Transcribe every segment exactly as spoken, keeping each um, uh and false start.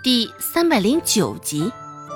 第三百零九集。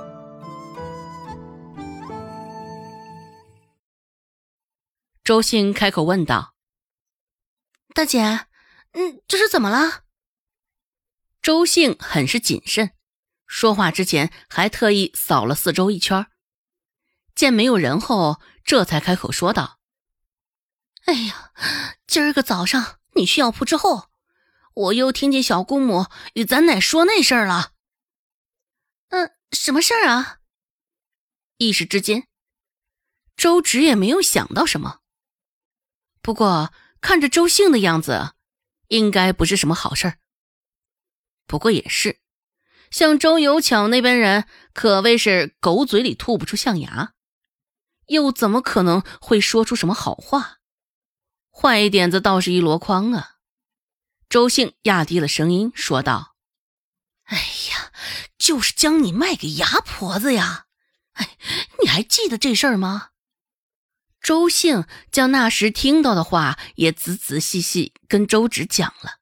周信开口问道： 大姐，嗯，这是怎么了？ 周信很是谨慎，说话之前还特意扫了四周一圈，见没有人后，这才开口说道： 哎呀，今儿个早上你去药铺之后，我又听见小姑母与咱奶说那事儿了。嗯，什么事儿啊？ 一时之间，周芷也没有想到什么。不过看着周信的样子，应该不是什么好事儿。不过也是，像周有巧那边人可谓是狗嘴里吐不出象牙，又怎么可能会说出什么好话？坏点子倒是一箩筐啊。周信压低了声音说道： 哎呀，就是将你卖给牙婆子呀！哎，你还记得这事儿吗？ 周信将那时听到的话也仔仔细细跟周芷讲了。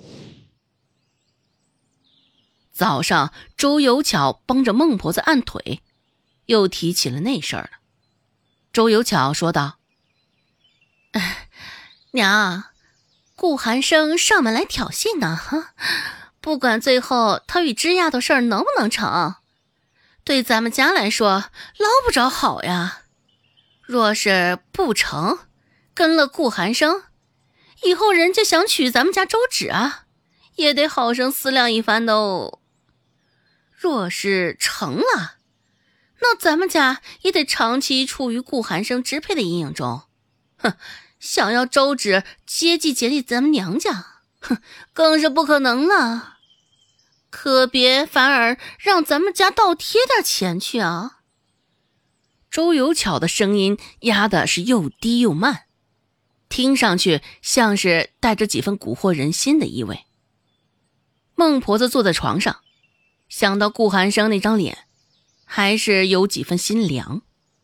早上周有巧帮着孟婆子按腿，又提起了那事儿了。周有巧说道： 哎，娘，顾寒生上门来挑衅呢，哈，不管最后他与枝丫的事儿能不能成，对咱们家来说捞不着好呀。若是不成，跟了顾寒生，以后人家想娶咱们家周芷啊，也得好生思量一番的哦。若是成了，那咱们家也得长期处于顾寒生支配的阴影中。哼，想要周芷接济竭力咱们娘家，哼，更是不可能了。可别反而让咱们家倒贴点钱去啊。 周有巧的声音压的是又低又慢，听上去像是带着几分蛊惑人心的意味。孟婆子坐在床上，想到顾寒生那张脸，还是有几分心凉。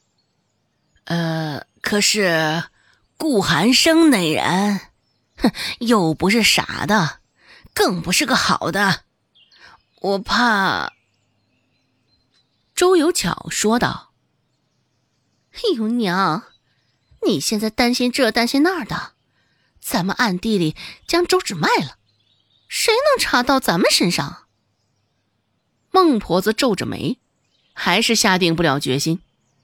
呃，可是顾寒生那人，哼，又不是傻的，更不是个好的，我怕。 周有巧说道： 哎呦娘，你现在担心这担心那的，咱们暗地里将周芷卖了，谁能查到咱们身上？ 孟婆子皱着眉，还是下定不了决心。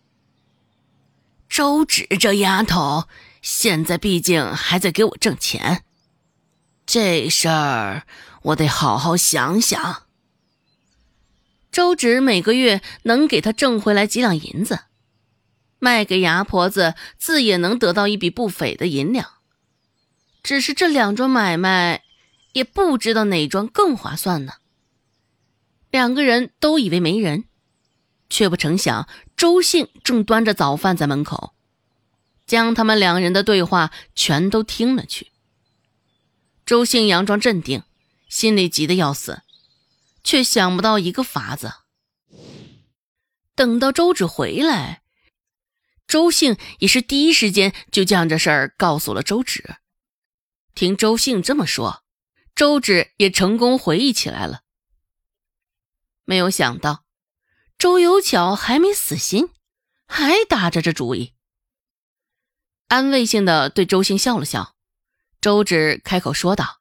周芷这丫头现在毕竟还在给我挣钱，这事儿我得好好想想。 周芷每个月能给她挣回来几两银子，卖给牙婆子自也能得到一笔不菲的银两，只是这两桩买卖也不知道哪桩更划算呢。两个人都以为没人，却不成想周信正端着早饭在门口，将他们两人的对话全都听了去。周信佯装镇定，心里急得要死，却想不到一个法子。等到周芷回来，周信也是第一时间就将这事儿告诉了周芷。听周信这么说，周芷也成功回忆起来了。没有想到周有巧还没死心，还打着这主意。安慰性的对周信笑了笑，周芷开口说道：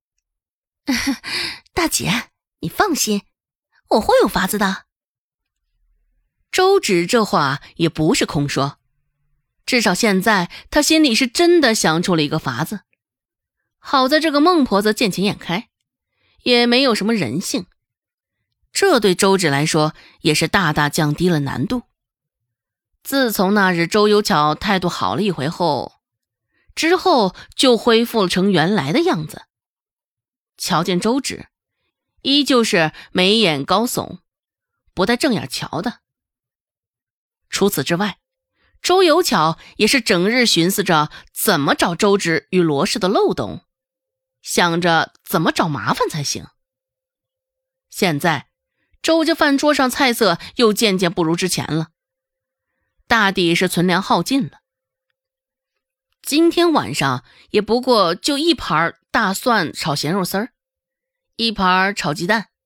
大姐，你放心，我会有法子的。 周芷这话也不是空说，至少现在他心里是真的想出了一个法子。好在这个孟婆子见钱眼开，也没有什么人性，这对周芷来说也是大大降低了难度。自从那日周有巧态度好了一回后，之后就恢复了成原来的样子。瞧见周芷，依旧是眉眼高耸，不带正眼瞧的。除此之外，周有巧也是整日寻思着怎么找周芷与罗氏的漏洞，想着怎么找麻烦才行。现在周家饭桌上菜色又渐渐不如之前了，大抵是存粮耗尽了。今天晚上也不过就一盘大蒜炒咸肉丝儿，一盘炒鸡蛋，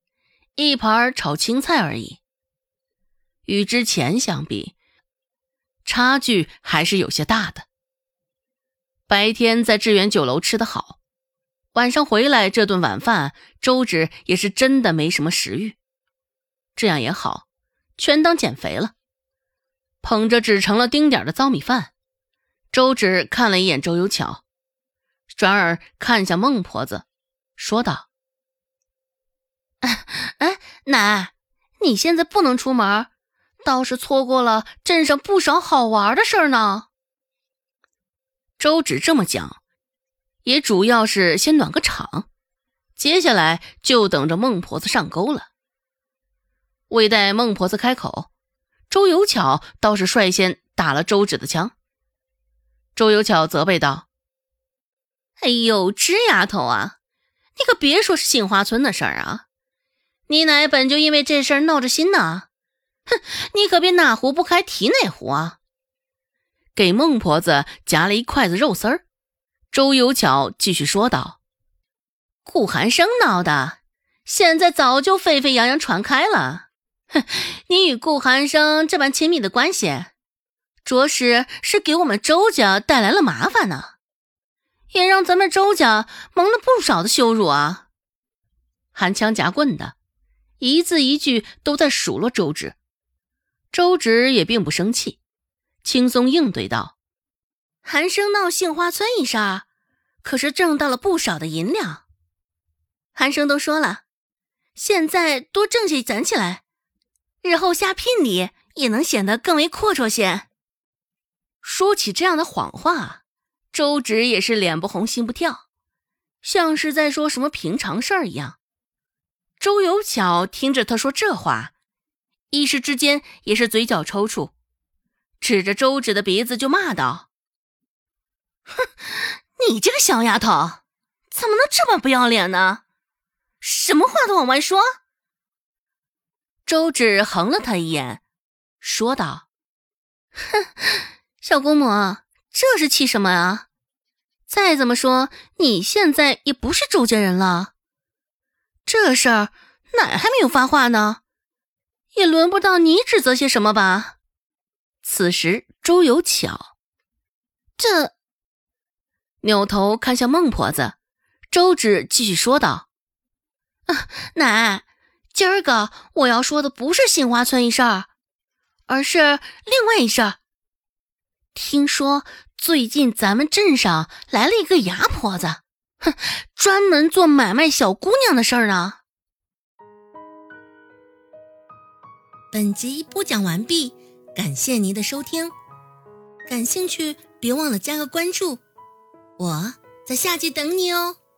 一盘炒青菜而已。与之前相比，差距还是有些大的。白天在致远酒楼吃得好，晚上回来这顿晚饭，周芷也是真的没什么食欲。这样也好，全当减肥了。捧着只盛了丁点的糟米饭，周芷看了一眼周有巧，转而看向孟婆子，说道： 哎哎，奶，你现在不能出门，倒是错过了镇上不少好玩的事儿呢。 周芷这么讲，也主要是先暖个场，接下来就等着孟婆子上钩了。未待孟婆子开口，周有巧倒是率先打了周芷的枪。周有巧责备道： 哎呦，芝丫头啊，你可别说是杏花村的事儿啊，你奶本就因为这事儿闹着心呢，哼，你可别哪壶不开提哪壶啊。 给孟婆子夹了一筷子肉丝儿，周有巧继续说道： 顾寒生闹的，现在早就沸沸扬扬传开了。哼，你与顾寒生这般亲密的关系，着实是给我们周家带来了麻烦呢，也让咱们周家蒙了不少的羞辱啊。 含枪夹棍的，一字一句都在数落周芷。周芷也并不生气，轻松应对道： 寒生闹杏花村一事儿，可是挣到了不少的银两。寒生都说了，现在多挣些攒起来，日后下聘礼也能显得更为阔绰些。 说起这样的谎话，周芷也是脸不红心不跳，像是在说什么平常事儿一样。周有巧听着他说这话，一时之间也是嘴角抽搐，指着周芷的鼻子就骂道： 哼，你这个小丫头，怎么能这么不要脸呢？什么话都往外说。 周芷横了他一眼，说道： 哼，小姑母，这是气什么啊？再怎么说，你现在也不是周家人了，这事儿奶还没有发话呢，也轮不到你指责些什么吧。 此时周有巧这扭头看向孟婆子，周芷继续说道： 啊，奶，今儿个我要说的不是杏花村一事儿，而是另外一事儿。听说最近咱们镇上来了一个牙婆子，哼，专门做买卖小姑娘的事儿呢。 本集播讲完毕，感谢您的收听。感兴趣别忘了加个关注，我在下集等你哦。